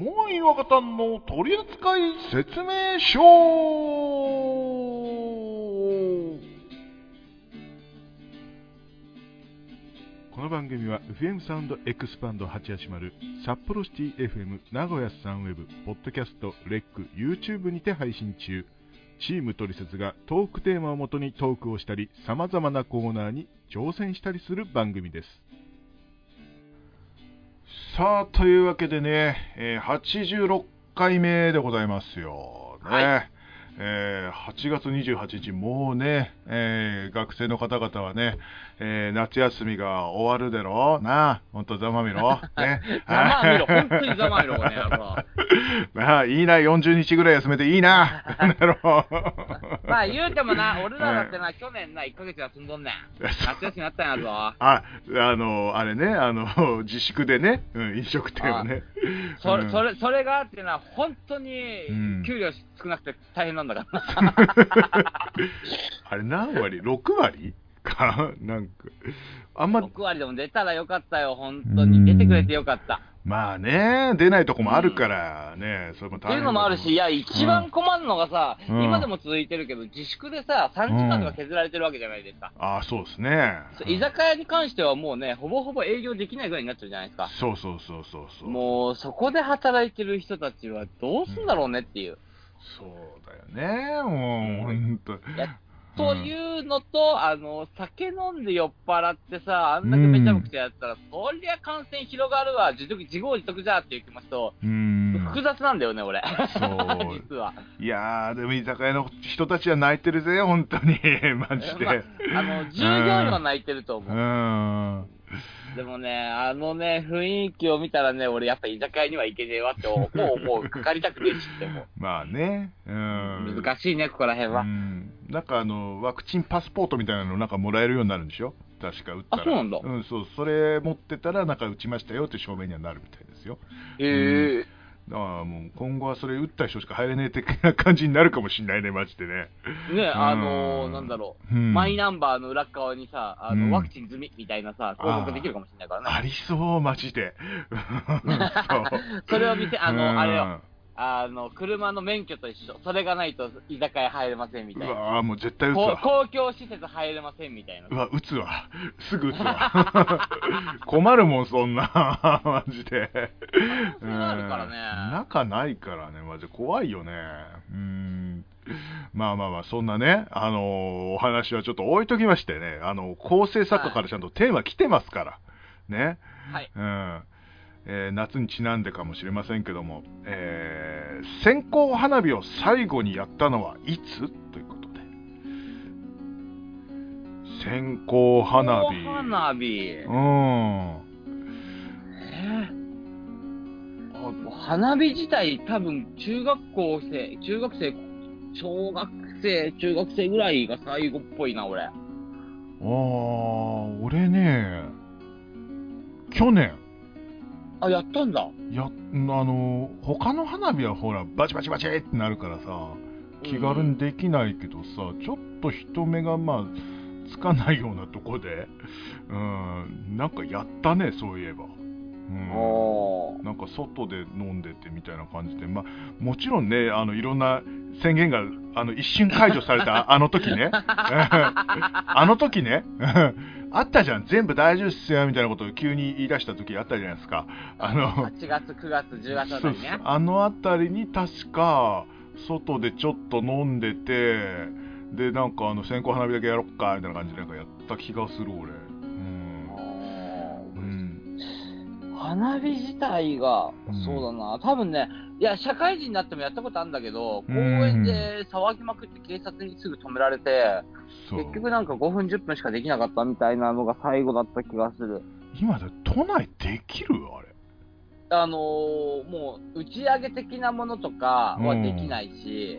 モアイ若旦の取扱説明書。この番組は FM サウンドエクスパンド880、札幌シティ FM、名古屋サンウェブ、ポッドキャスト、レック、YouTube にて配信中。チームトリセツがトークテーマをもとにトークをしたり、様々なコーナーに挑戦したりする番組です。さあ、というわけでね、86回目でございますよ。ね。 はい。 8月28日、もうね、学生の方々はね、夏休みが終わるでろなあ、ほんとざまみろ。ね、 ざまみろ、本当にざまみろ、これやろ。 まあ、いいな、40日ぐらい休めていいな。 まあ、言うてもな、俺らだってな、去年な、1ヶ月休んどんねん。夏休みあったんやぞ。 あれね、自粛でね、飲食店をね。 それがあってな、本当に、給料少なくて大変なんだから。 あれ何割 ?6 割かなんか、あんま。 6割でも出たらよかったよ、本当に。出てくれてよかった。 まあね、出ないとこもあるからね、それも大変。 っていうのもあるし、いや、一番困るのがさ、今でも続いてるけど、自粛でさ、3時間とか削られてるわけじゃないですか。 ああ、そうですね。 居酒屋に関してはもうね、ほぼほぼ営業できないぐらいになっちゃうじゃないですか。 そう。 もう、そこで働いてる人たちはどうすんだろうねっていう。 そうだよね、もう、ほんと。 というのと、酒飲んで酔っ払ってさ、あんだけめちゃくちゃやったら、そりゃ感染広がるわ、自業自得じゃっていう気持ちと、複雑なんだよね、俺。 そう。 実は。 いやー、でも居酒屋の人たちは泣いてるぜ、本当に。マジで。 従業員は泣いてると思う。でもね、雰囲気を見たらね、俺やっぱ居酒屋には行けねえわってもう思う。かかりたくねえしっても。 まあね。 難しいね、ここら辺は。 なんかワクチンパスポートみたいなのなんかもらえるようになるんでしょ、確か打ったら。 あ、そうなんだ。 そう、それ持ってたらなんか打ちましたよって証明にはなるみたいですよ。だからもう今後はそれ打った人しか入れねえ的な感じになるかもしんないね、マジでね。 ね、なんだろう、マイナンバーの裏側にさ、ワクチン済みみたいなさ、広告できるかもしれないからね。 ありそう、マジで。 それを見て、あれよ。車の免許と一緒。それがないと居酒屋入れませんみたいな。 うわもう絶対打つわ。 公共施設入れませんみたいな。 うわ、打つわ。すぐ打つわ。困るもん、そんな。マジで。 あるからね。 中ないからね、マジで怖いよね。まあ、そんなね、お話はちょっと置いときましてね、構成作家からちゃんとテーマ来てますから。ね。 はい。 夏にちなんでかもしれませんけども、線香花火を最後にやったのはいつということで、線香花火。 花火自体多分中学生、小学生、中学生ぐらいが最後っぽいな、俺。 俺ね、去年。 やったんだ。 他の花火はほら、バチバチバチってなるからさ、気軽にできないけどさ、ちょっと人目がまあ、つかないようなとこで、なんかやったね、そういえば。なんか外で飲んでてみたいな感じで、まあ、もちろんね、いろんな宣言が一瞬解除されたあの時ね、あの時ね、あったじゃん、全部大丈夫っすよみたいなことを急に言い出した時あったじゃないですか。 8月、9月、10月あたりね。 あのあたりに確か外でちょっと飲んでて、でなんか線香花火だけやろっかみたいな感じでなんかやった気がする俺。 花火自体が、そうだな、多分ね、いや、社会人になってもやったことあるんだけど、公園で騒ぎまくって警察にすぐ止められて、結局なんか5分10分しかできなかったみたいなのが最後だった気がする。 今だ都内できるあれ。 もう打ち上げ的なものとかはできないし、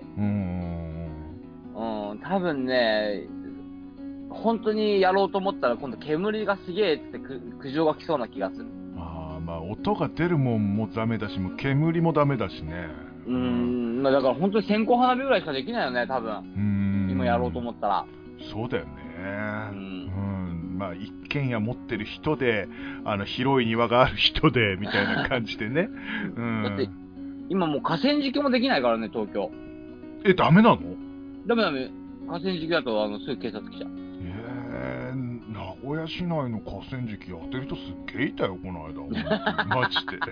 多分ね、本当にやろうと思ったら今度煙がすげえって苦情が来そうな気がする。 まあ音が出るもんもダメだし、もう煙もダメだしね。 まあだから本当に線香花火ぐらいしかできないよね、多分。今やろうと思ったら。 そうだよね。まあ一軒家持ってる人で、広い庭がある人でみたいな感じでね。 だって今もう河川敷もできないからね、東京。 ダメなの？ ダメ。河川敷だと、すぐ警察来ちゃう。 名古屋市内の河川敷やってる人すっげえいたよ、この間。マジで。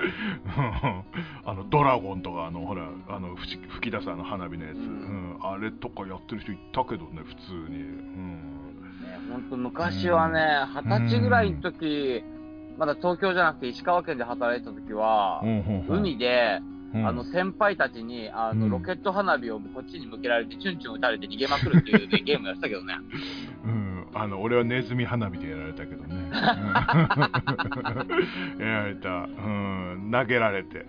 ドラゴンとか、ほら、吹き出す花火のやつ、あれとかやってる人いたけどね、普通に。 ほんと昔はね、20歳ぐらいの時、まだ東京じゃなくて石川県で働いてた時は、海で、先輩たちに、ロケット花火をこっちに向けられて、チュンチュン撃たれて逃げまくるっていう、ね、ゲームやってたけどね。 俺はネズミ花火でやられたけどね。やられた。投げられて。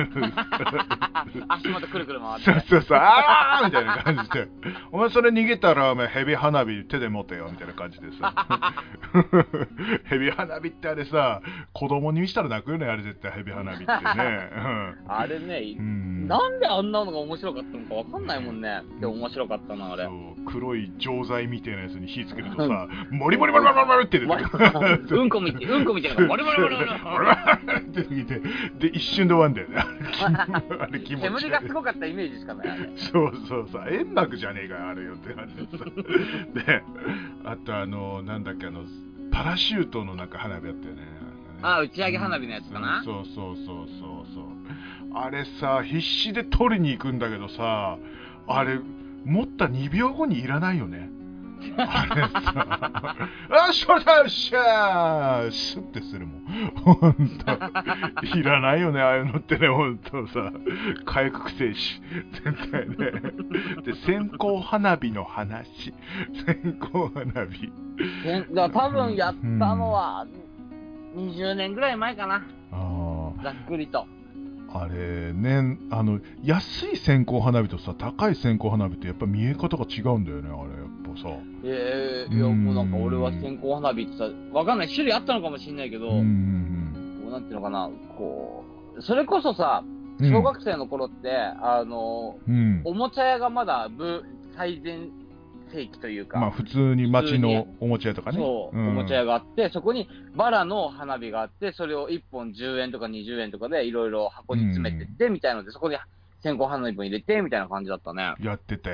足元くるくる回って。 そう、あーみたいな感じで。お前それ逃げたら、お前ヘビ花火手で持てよ、みたいな感じでさ。ヘビ花火ってあれさ、子供に見したら泣くよね、あれ絶対ヘビ花火ってね。 あれね、なんであんなのが面白かったのかわかんないもんね。でも面白かったな、あれ。 黒い錠剤みたいなやつに火つけるとさ、モリモリモリモリモリって出てくる。 うんこみたいなのがモリモリモリモリモリってきて、で、一瞬で終わんだよね。あれ気持ち悪い。 煙がすごかったイメージしかない。 そう煙幕じゃねえかよ、あれよって感じでさ。で、あとなんだっけ、パラシュートのなんか花火あったよね。 打ち上げ花火のやつかな。 そう。あれさ、必死で取りに行くんだけどさ、あれ、持った2秒後にいらないよね。あれさ、しゃースッてするもん。ほんと。いらないよね、ああいうのってね、ほんとさ。火薬くせえし。絶対ね。で、線香花火の話。線香花火。 多分やったのは、20年ぐらい前かな。ざっくりと。 あれね、安い線香花火とさ、高い線香花火ってやっぱ見え方が違うんだよね、あれ、やっぱさ。 いや、もうなんか俺は線香花火ってさ、わかんない、種類あったのかもしんないけど、もうなんていうのかな、それこそさ、小学生の頃って、おもちゃ屋がまだ最前世紀というか、 まあ普通に街のおもちゃ屋とかね。 そう、おもちゃ屋があって、そこにバラの花火があって、それを1本10円とか20円とかでいろいろ箱に詰めてって、みたいなので、そこに線香花火も入れて、みたいな感じだったね。 やってた。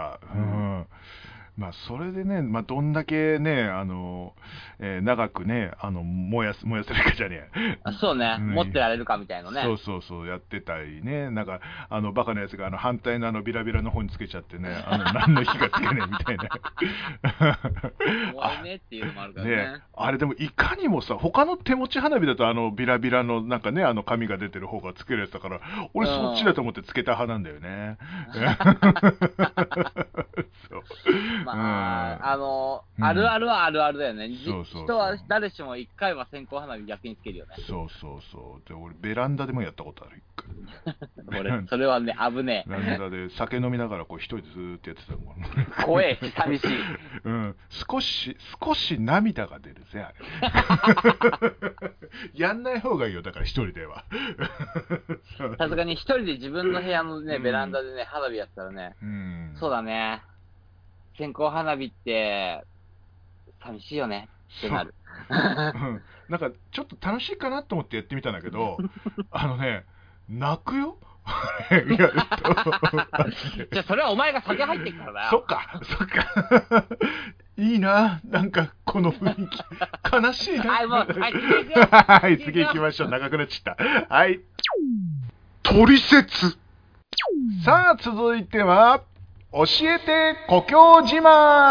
まあそれでね、まあどんだけね、長くね、燃やせるかじゃねえ。 そうね、持ってられるかみたいなね。 そう、やってたりね、なんか、バカなやつが反対のビラビラの方につけちゃってね、何の火がつけねえみたいな。 燃えねえっていうのもあるからね。 あれでもいかにもさ、他の手持ち花火だとビラビラのなんかね、紙が出てる方がつけるやつだから、俺そっちだと思ってつけた派なんだよね。そう。 まあ、あるあるはあるあるだよね。人は誰しも一回は線香花火逆につけるよね。 そう。で、俺ベランダでもやったことある、一回。俺、それはね、危ねえ。ベランダで酒飲みながら一人でずーっとやってたもん。 怖え、寂しい。 少し涙が出るぜ、あれ。やんない方がいいよ、だから一人では。 さすがに一人で自分の部屋のね、ベランダでね、花火やったらね、そうだね。線香花火って、寂しいよねってなる。 なんか、ちょっと楽しいかなと思ってやってみたんだけど、泣くよやると。 じゃあ、それはお前が酒入ってっからだよ。 そっか。いいな、なんか、この雰囲気。悲しいな。 はい、もう、はい、次行くよ。 はい、次行きましょう。長くなっちゃった。はい。トリセツ。さあ、続いては、教えて故郷自慢。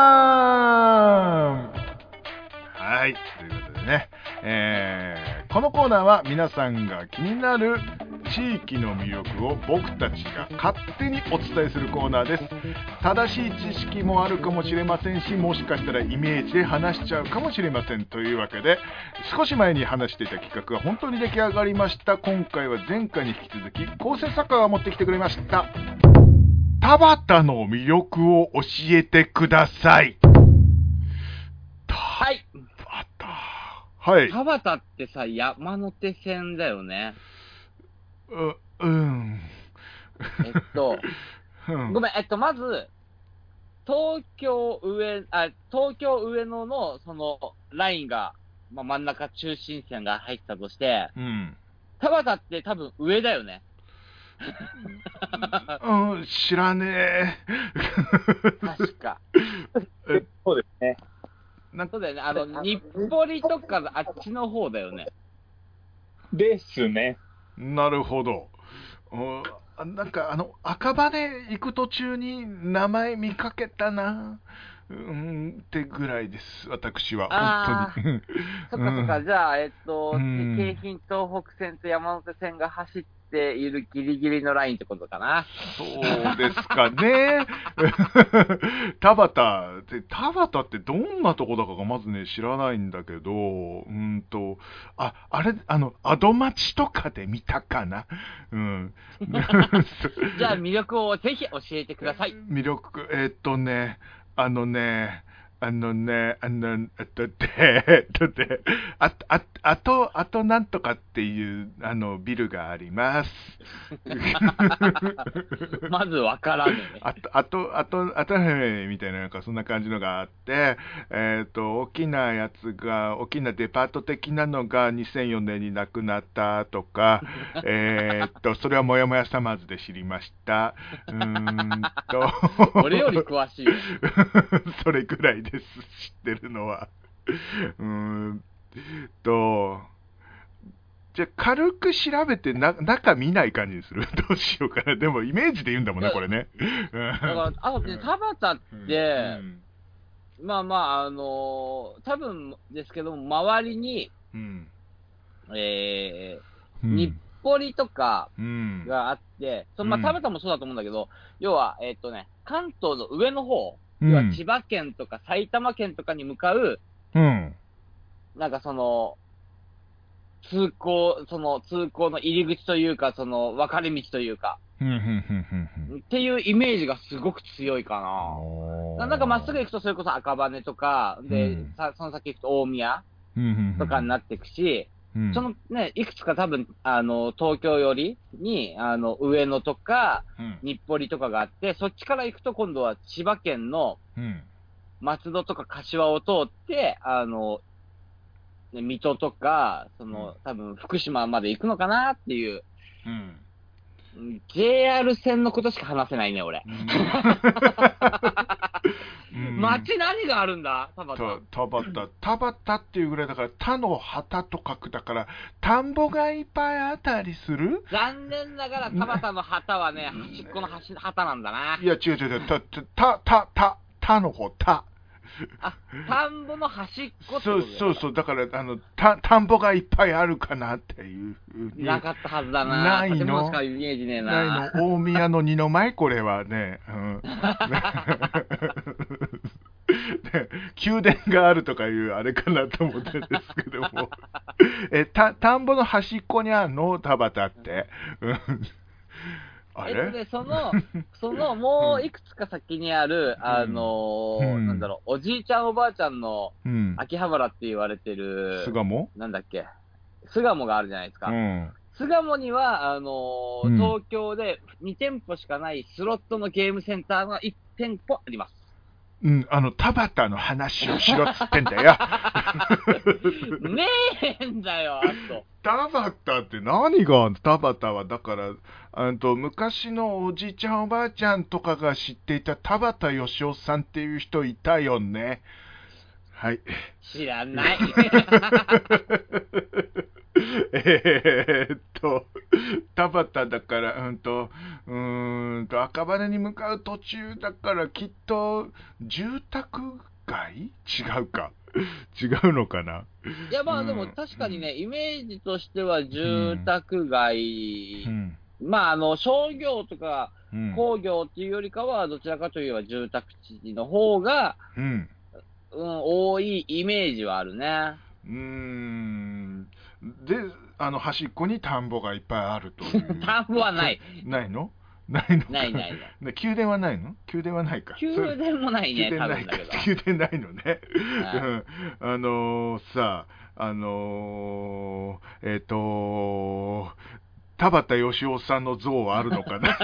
はい、ということでね、このコーナーは皆さんが気になる地域の魅力を僕たちが勝手にお伝えするコーナーです。正しい知識もあるかもしれませんし、もしかしたらイメージで話しちゃうかもしれません。というわけで、少し前に話していた企画が本当に出来上がりました。今回は前回に引き続き構成作家が持ってきてくれました。田端の魅力を教えてください。 はい。 はい。 田端ってさ、山手線だよね。 うん。 ごめん、まず、東京上野の、その、ラインが、まあ、真ん中中心線が入ってたとして、田端って多分上だよね。 うん、知らねえ。 確か。 そうですね。 そうだよね。日暮里とかあっちの方だよね。 ですね。 なるほど。なんか赤羽行く途中に名前見かけたな。ってぐらいです、私は。 ああ、 本当に。 そっかそっか。じゃあ、京浜東北線と山手線が走っているギリギリのラインってことかな。 そうですかね。田端ってどんなとこだかがまずね、知らないんだけど、あれ、アド町とかで見たかな。うん。 じゃあ、魅力をぜひ教えてください。 魅力、あのね、あとなんとかっていう、ビルがあります。 まずわからねえね。 あとへみたいな、なんかそんな感じのがあって、大きなやつが、大きなデパート的なのが2004年になくなったとか、それはもやもやサマーズで知りました。 俺より詳しいよ。 それぐらいです、知ってるのは。うーんと、じゃあ軽く調べて中見ない感じにする。どうしようかな。でもイメージで言うんだもんね、これね。 だから、あとね、田端って、まあまあ、多分ですけども、周りに、日暮里とかがあって、まあ、田端もそうだと思うんだけど、要は、関東の上の方、要は千葉県とか埼玉県とかに向かう、なんか通行の入り口というか、分かれ道というか、っていうイメージがすごく強いかな。なんかまっすぐ行くとそれこそ赤羽とか、で、その先行くと大宮とかになっていくし、そのね、いくつか多分、東京寄りに、上野とか、日暮里とかがあって、そっちから行くと今度は千葉県の松戸とか柏を通って、水戸とか、多分福島まで行くのかなっていう。JR 線のことしか話せないね、俺。街何があるんだ田端っていうぐらいだから、田の旗と書くだから、田んぼがいっぱいあったりする？ 残念ながら田端の旗はね、端っこの旗なんだな。 いや、違う、田の方、田。 田んぼの端っこってことそう、だから、田んぼがいっぱいあるかなっていう。 なかったはずだな。 ないの？ 建物しかイメージねえな。 ないの？大宮の二の舞これはね。宮殿があるとかいうあれかなと思ってるんですけども。田んぼの端っこにあるの？田端って。あれ？ そのもういくつか先にある、なんだろう、おじいちゃんおばあちゃんの秋葉原って言われてる、 巣鴨？ なんだっけ、巣鴨があるじゃないですか。巣鴨には、東京で2店舗しかないスロットのゲームセンターが1店舗あります。 田端の話をしろっつってんだよ。 ねえんだよ、あと。 田端って何が田端は、だから、昔のおじいちゃんおばあちゃんとかが知っていた田端義雄さんっていう人いたよね。はい。 知らない。 田端だから、赤羽に向かう途中だからきっと住宅街？違うか。違うのかな。 いや、まあでも確かにね、イメージとしては住宅街、まあ商業とか工業っていうよりかは、どちらかといえば住宅地の方が、多いイメージはあるね。 で、端っこに田んぼがいっぱいあるという。 田んぼはない。 ないの？ないのか。 ない。 宮殿はないの？宮殿はないか。 宮殿もないね、 多分だけど。宮殿ないのね。 田畑義夫さんの像はあるのかな。 じ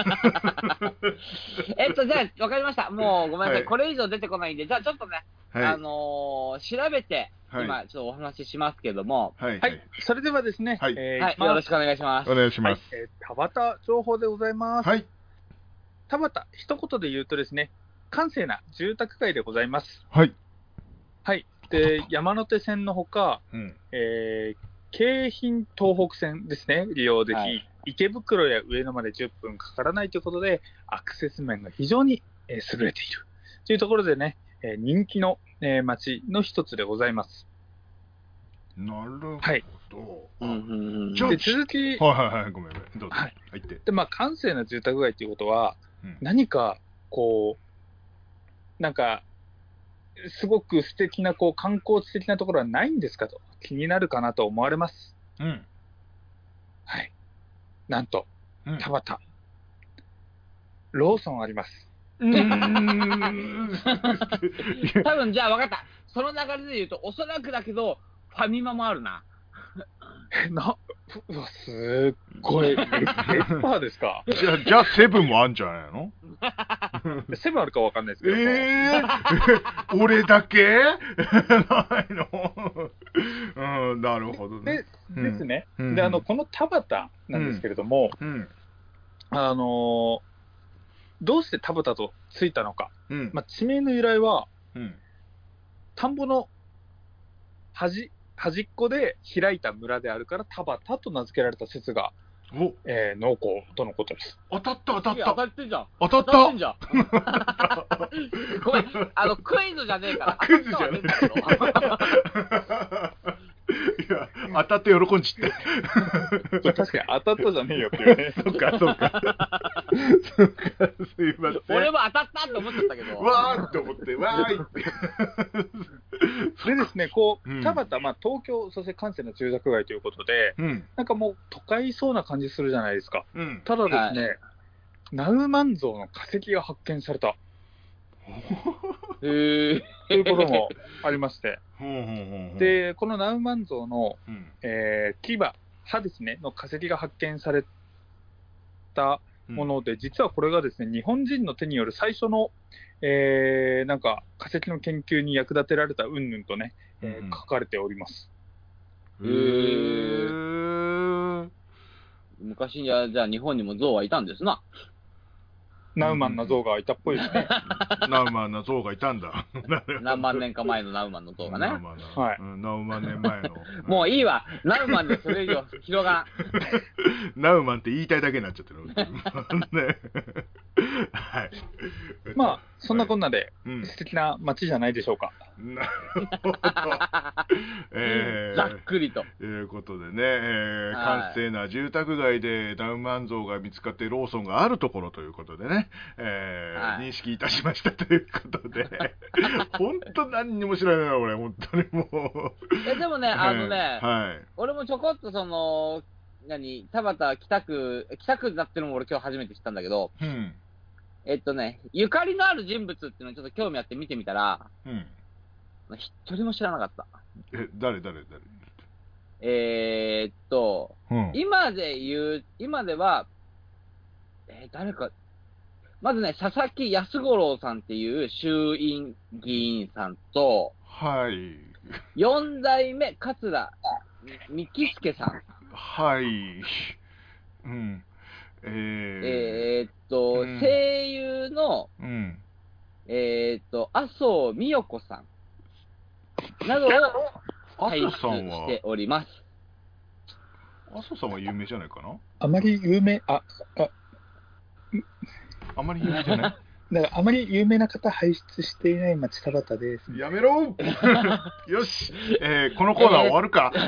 ゃあ、わかりました。もうごめんなさい。 はいこれ以上出てこないんで、じゃあちょっとね、 はい調べて、 はい今、ちょっとお話ししますけども、 はいはい。それではですね、 はいはい、よろしくお願いします。 お願いします。 田畑情報でございます。 はい田畑、一言で言うとですね、閑静な住宅街でございます。 はい。 はい。で、山手線のほか、 うん京浜東北線ですね、利用でき、 はい池袋や上野まで10分かからないということで、アクセス面が非常に優れているというところでね、人気の街の一つでございます。 なるほど。 はいうんうんうんじゃあで、続き、 はいはいはい、ごめんごめん。どうぞ。 はい入って。 で、まあ、閑静な住宅街ということは、 うん何か、こう、なんか、すごく素敵な、こう、観光地的なところはないんですかと、気になるかなと思われます。 うん。 はい。なんと、 うん田畑、ローソンあります。 うーん多分じゃあ分かった。その流れで言うと、おそらくだけど、ファミマもあるな。 うわ、すっごい、ペッパーですかじゃあセブンもあんじゃないの？ セブンあるかわかんないですけども、 俺だけないの？うん、なるほどね。 ですね。 うんで、この田畑なんですけれども、 うん。 どうして田畑とついたのか、 うん。 まあ、地名の由来は、 うん。 田んぼの端っこで開いた村であるから田畑と名付けられた説が、 お、 濃厚とのことです。 当たった当たっ当たたってんじゃん。 当たっ当たってんた。 じゃん。ごめん、クイズじゃねえから。 クイズじゃねえ当たったは出たけどいや、当たって喜んじって。 確かに当たったじゃねえよっていうね。 そっか、そっか。そっか、すいません。 俺も当たったって思っちゃったけど。 わーって思って、わーいって。 でですね、こうんう、田畑、まあ、東京、そして閑静な住宅街ということで、 うん。 なんかもう都会そうな感じするじゃないですか。 うん。 ただですね、ナウマンゾウの化石が発見されたへー。 ということもありまして、 ほうほうほうほう、 で、このナウマンゾウの、 うん。 歯ですね、の化石が発見されたもので、実はこれがですね、日本人の手による最初の、なんか化石の研究に役立てられた云々とね、 うん書かれております。 へー。 昔には、じゃあ日本にも象はいたんですな。 ナウマンなゾウがいたっぽいですね。 ナウマンな象がいたんだ。 何万年か前のナウマンの象がね。 ナウマンなはいうん何万年前の。 もういいわ。ナウマンでそれ以上広がらん。 ナウマンって言いたいだけになっちゃってる。ね。はい。 まあ、そんなこんなでうん。 素敵な街じゃないでしょうか。 なるほど。 ざっくりと。 ということでね、 はい閑静な住宅街でナウマンゾウが見つかってローソンがあるところということでね、 はい認識いたしましたということで、本当何にも知らないな、俺、本当にもう。 でもね、 はい。 俺もちょこっと田畑北区になってるのも俺今日初めて知ったんだけど、 うん。 ゆかりのある人物っていうのをちょっと興味あって見てみたら、 うん。 一人も知らなかった。 誰うん。 今では、誰か、まずね、佐々木康五郎さんっていう衆院議員さんと、 はい。 4代目桂幹介さん。 はい。うん。うん声優の、 うん。 麻生美代子さんなどを麻輩出生さんはして、おります。 麻生さんは有名じゃないかな。 あまり有名、 あまり有名じゃない。 だからあまり有名な方輩出していない町田畑です。 やめろよし、このコーナー終わるか。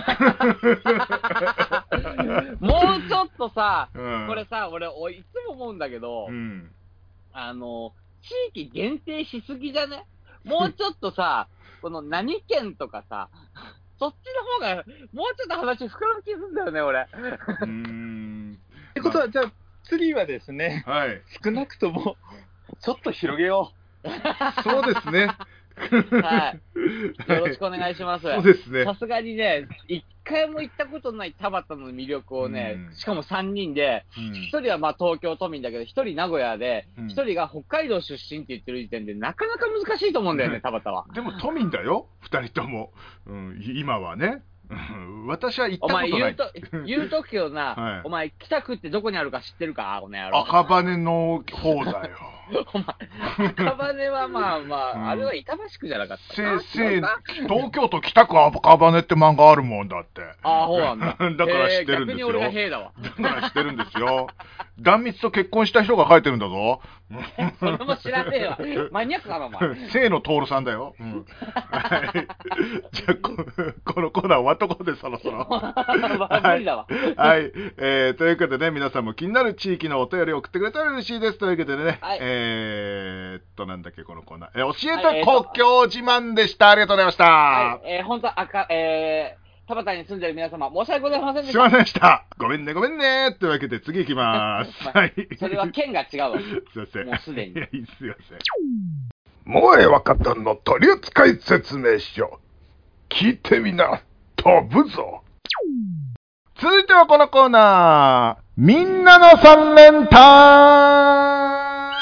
もうちょっとさ、 うんこれさ、俺、いつも思うんだけど、 うん。 地域限定しすぎじゃね？もうちょっとさ、この何県とかさ、そっちの方が、もうちょっと話膨らむ気するんだよね、俺。 ってことは、じゃあ次はですね、 はい。 少なくともちょっと広げよそうですね。 はい。よろしくお願いします。 そうですね。 さすがにね、1 回も行ったことない田端の魅力をね、 うんしかも3人で、 うん 1人はまあ東京都民だけど、1人名古屋で、 うん 1人が北海道出身って言ってる時点で、なかなか難しいと思うんだよね、田端は。 でも都民だよ、2人とも、今はね。私は行ったお前ことない。 言うとくけどな、 はいお前、北区ってどこにあるか知ってるか、この野郎。 赤羽の方だよ。 お前、赤羽はまあまあ、 うんあれは板橋区じゃなかったかな。 東京都北区赤羽って漫画あるもんだって。 ああ、そうなんだ。 だから知ってるんですよ。 逆に俺が兵だわ。 だから知ってるんですよ。壇蜜と結婚した人が書いてるんだぞ。 それも知らねえわ。マニアックだな、お前。 清野徹さんだよ。はい、じゃあこのコーナー終わっとこうで、そろそろ。 無理だわ。 はい、ということでね、皆さんも気になる地域のお便りを送ってくれたら嬉しいです。ということでね、 はいなんだっけ、このコーナー。教えた国境自慢でした。ありがとうございました。 はい、本当田端に住んでる皆様、申し訳ございませんでした。 すいませんでした。ごめんね、ごめんね。というわけで次行きます。はい。 それは県が違うわ。 すいません。 もうすでに。 いや、すいません。萌え若田の取扱説明書。聞いてみな。飛ぶぞ。続いてはこのコーナー。みんなの三連単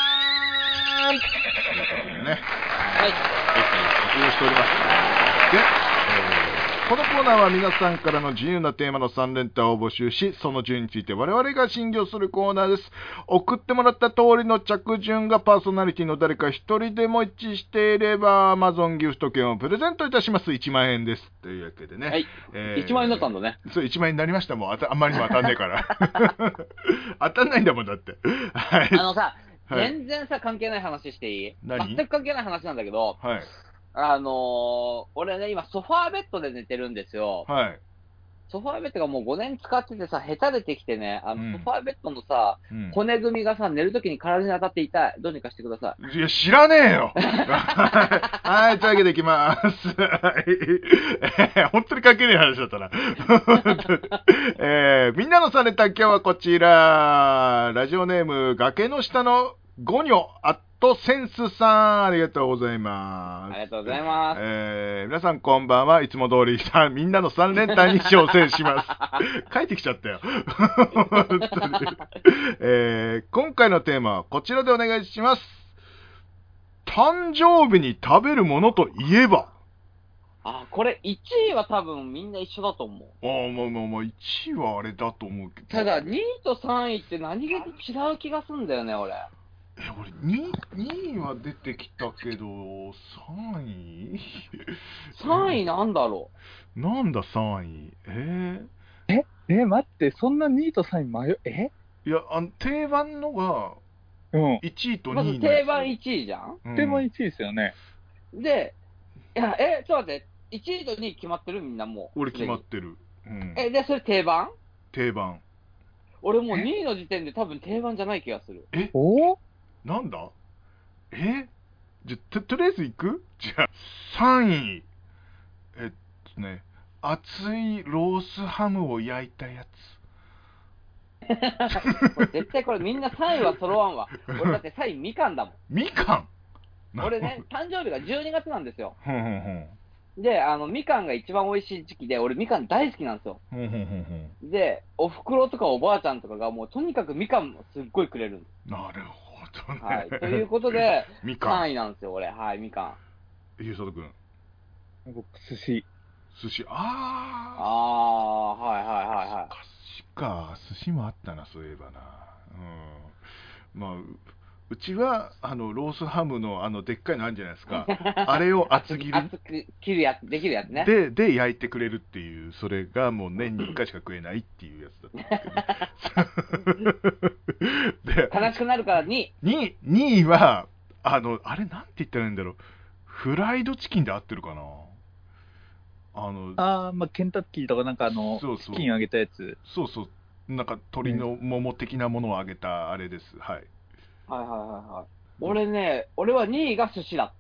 ね。 はい。 募集しております。で、このコーナーは皆さんからの自由なテーマの3連単を募集し、その順について我々が審議をするコーナーです。送ってもらった通りの着順がパーソナリティの誰か一人でも一致していれば Amazon ギフト券をプレゼントいたします。1万円です。というわけでね。 はい。1万円だったんだね。 そう、1万円になりました。もうあんまりにも当たんねえから。当たんないんだもん、だって。はい。 さ、 はい、 全然さ、関係ない話していい？ 何？ 全く関係ない話なんだけど、 はい。 俺ね、今ソファーベッドで寝てるんですよ。 はい。 ソファーベッドがもう5年使っててさ、へたれてきてね、ソファーベッドのさ、 うん、 骨組みがさ、寝るときに体に当たって痛い。どうにかしてください。 いや、知らねえよ。はい、というわけでいきます。本当に関係ない話だったな。みんなのされた今日はこちら。ラジオネーム、崖の下のゴニョアットセンスさん、ありがとうございます。 ありがとうございます。 皆さんこんばんは。いつも通りみんなの3連単に挑戦します。書いてきちゃったよ。今回のテーマはこちらでお願いします。誕生日に食べるものといえば。 これ1位は多分みんな一緒だと思う。 まあ1位はあれだと思うけど。 ただ2位と3位って何気に違う気がするんだよね、俺。 俺2位は出てきたけど、3位 3位なんだろう。なんだ3位。 待って、そんな2位と3位迷う、 いや、定番のが、1位と2位、 まず定番1位じゃん、 定番1位ですよね。 で、いや、ちょっと待って、1位と2位決まってるみんなもう。 俺決まってる。 で、それ定番？ 定番。 俺もう2位の時点で多分定番じゃない気がする。 なんだ？じゃ、とりあえず行く？じゃあ、3位。熱いロースハムを焼いたやつ。 絶対これみんな3位は揃わんわ。俺だって3位みかんだもん。 みかん？ 俺ね、誕生日が12月なんですよ。で、みかんが一番美味しい時期で、俺みかん大好きなんですよ。で、おふくろとかおばあちゃんとかがもうとにかくみかんすっごいくれる。 なるほどね。 はい。ということで、 みかん 3位なんですよ、俺。はい、みかん。 ゆうさとくん。 僕、寿司。 寿司、 はいはい。 寿司もあったな、そういえばな。まあ、うちはロースハムのでっかいのあるんじゃないですか。あれを厚切るやつ、できるやつね。 で焼いてくれるっていう、それがもう年に1回しか食えないっていうやつだったんですけど、ね。 悲しくなるから2 位は、あれなんて言ったらいいんだろう。フライドチキンで合ってるかな。 ケンタッキーとかなんかそうチキン揚げたやつ。 そう。なんか鶏のもも的なものを揚げたあれです。はい。 はい。俺は2位が寿司だった。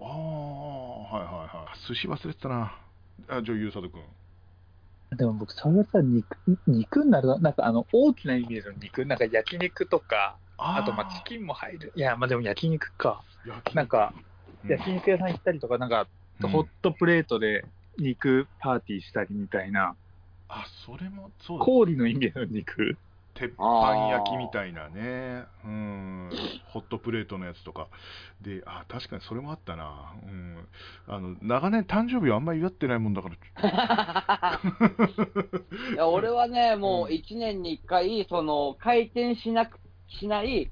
はい。寿司忘れてたな。じゃあ、ゆうさとくん。 でも僕、それさ、肉になるなんか大きなイメージの肉、なんか焼肉とか、あとチキンも入る。いや、でも焼肉か。なんか、焼肉屋さん行ったりとか、なんか、ホットプレートで肉パーティーしたりみたいな。 あ、それもそうだ。 氷の家の肉。 鉄板焼きみたいなね、ホットプレートのやつとかで、確かにそれもあったな、長年誕生日はあんまり祝ってないもんだからいや俺はね、もう1年に1回、その回転しない、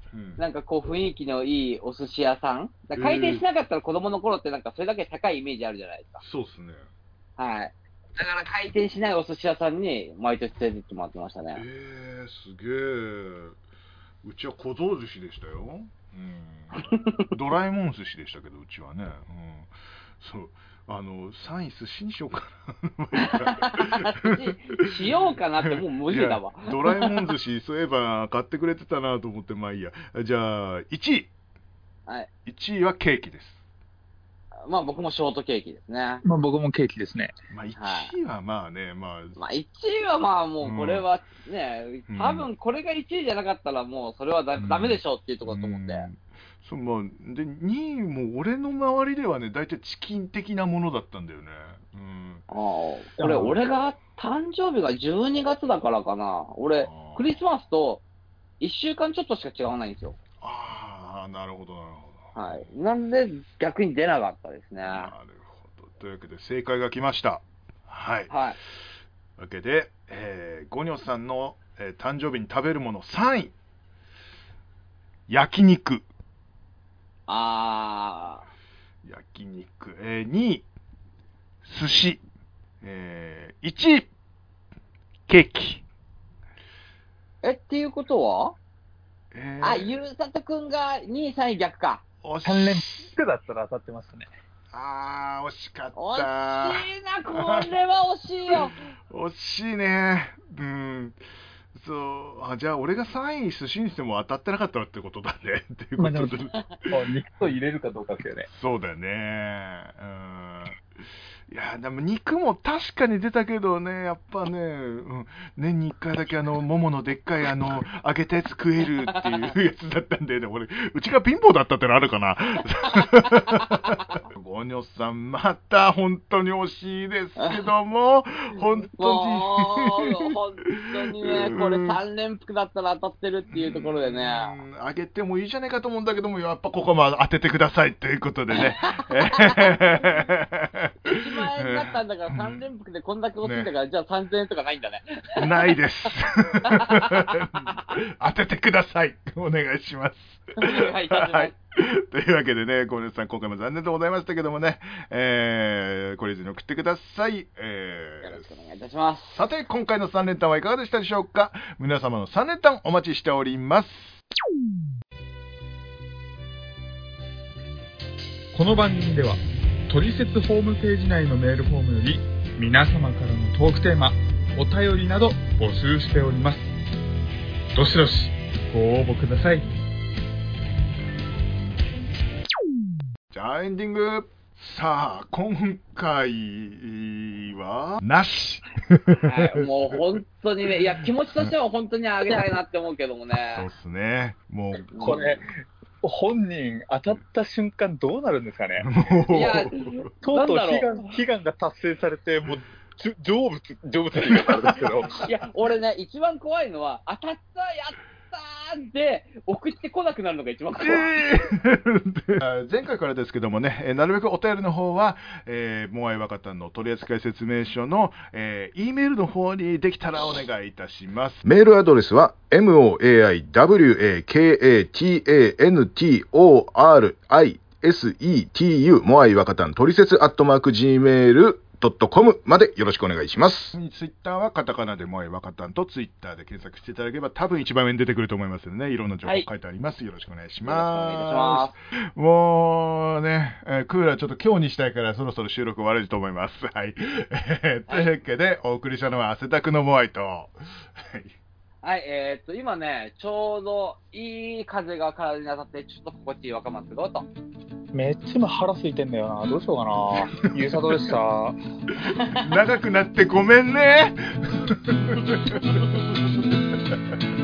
なんかこう雰囲気のいいお寿司屋さん、回転しなかったら子供の頃ってなんかそれだけ高いイメージあるじゃないですか。 そうですね。 はい。だから回転しないお寿司屋さんに毎年連れてってもらってましたね。 すげえ。うちは小僧寿司でしたよ。ドラえもん寿司でしたけど、うちはね。そう。3位寿司にしようかな。しようかなってもう無理だわ。 ドラえもん寿司、そういえば買ってくれてたなと思って、まあいいや。じゃあ、1位。 はい。 1位はケーキです。 まあ僕もショートケーキですね。 まあ僕もケーキですね。 まあ1位はまあね、まあ 1位はまあもうこれはね、多分これが1位じゃなかったらもうそれはダメでしょうっていうところだと思って。 そうまあ、で2位も俺の周りではね、大体チキン的なものだったんだよね。 これ俺が誕生日が12月だからかな。俺、クリスマスと1週間ちょっとしか違わないんですよ。 なるほどなるほど。 はい。なんで逆に出なかったですね。 なるほど。というわけで正解が来ました。はい。 はい。 というわけで、ゴニョさんの、誕生日に食べるもの3位。焼肉。焼肉。2位。寿司。1位。ケーキ。 っていうことはゆうさとくんが2位、3位逆か。 3連服だったら当たってますね。 惜しかった。 惜しいな、これは惜しいよ。 惜しいね。じゃあ俺が3位寿司にしても当たってなかったらってことだね。っていうことで。 肉と入れるかどうかですよね。 そうだよね。いやでも肉も確かに出たけどね、やっぱね、年に1回だけもものでっかい揚げたやつ食えるっていうやつだったんでね、俺、うちが貧乏だったってのあるかな。ゴニョさん、また本当に惜しいですけども、本当にね、これ3連服だったら当たってるっていうところでね。 あげてもいいじゃないかと思うんだけども、やっぱここも当ててくださいということでね。 1万円だったんだから3連服でこんだけ落ちたから、じゃあ3000円とかないんだね。 ないです。当ててください。お願いします。 お願いいたします。 というわけでね、ゴニョさん、今回も残念でございましたけどもね、これ以上に送ってください。よろしくお願いいたします。 さて、今回の3連単はいかがでしたでしょうか。皆様の3連単お待ちしております。 この番組では、トリセツホームページ内のメールフォームより皆様からのトークテーマ、お便りなど募集しております。どしどしご応募ください。 じゃあエンディング。さあ今回はなし。 はい、もう本当にね、いや気持ちとしては本当にあげたいなって思うけどもね。 そうですね。もうこれ本人当たった瞬間どうなるんですかね。 いや、 とうとう悲願が達成されて、もう成仏って言い方ですけど。 いや、俺ね、一番怖いのは、当たった、やったーで、送ってこなくなるのが一番怖い。 前回からですけどもね、なるべくお便りの方は、モアイワカタンの取扱説明書の、E メールの方にできたらお願いいたします。メールアドレスは moaiwakatantorisetu モアイワカタン取説@gmail.comまでよろしくお願いします。ツイッターはカタカナでモアイワカタンとツイッターで検索していただければ多分一番上に出てくると思いますのでね、いろんな情報書いてあります。よろしくお願いします。もうね、クーラーちょっと今日にしたいからそろそろ収録終わると思います。はい。というわけでお送りしたのは汗だくのモアイと。 はい、今ね、ちょうどいい風が体に当たって、ちょっと心地いい若松がと。 めっちゃ今腹空いてんだよな。どうしようかな。ゆうさとでした。 長くなってごめんね。